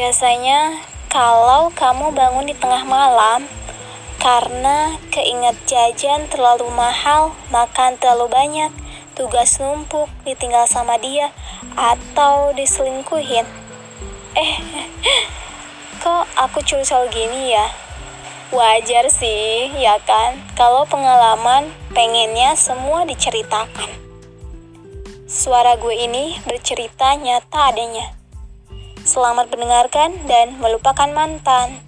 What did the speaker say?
Biasanya kalau kamu bangun di tengah malam karena keinget jajan terlalu mahal, makan terlalu banyak, tugas numpuk, ditinggal sama dia, atau diselingkuhin. Kok aku curcol gini ya? Wajar sih, ya kan? Kalau pengalaman pengennya semua diceritakan. Suara gue ini bercerita nyata adanya. Selamat mendengarkan dan melupakan mantan.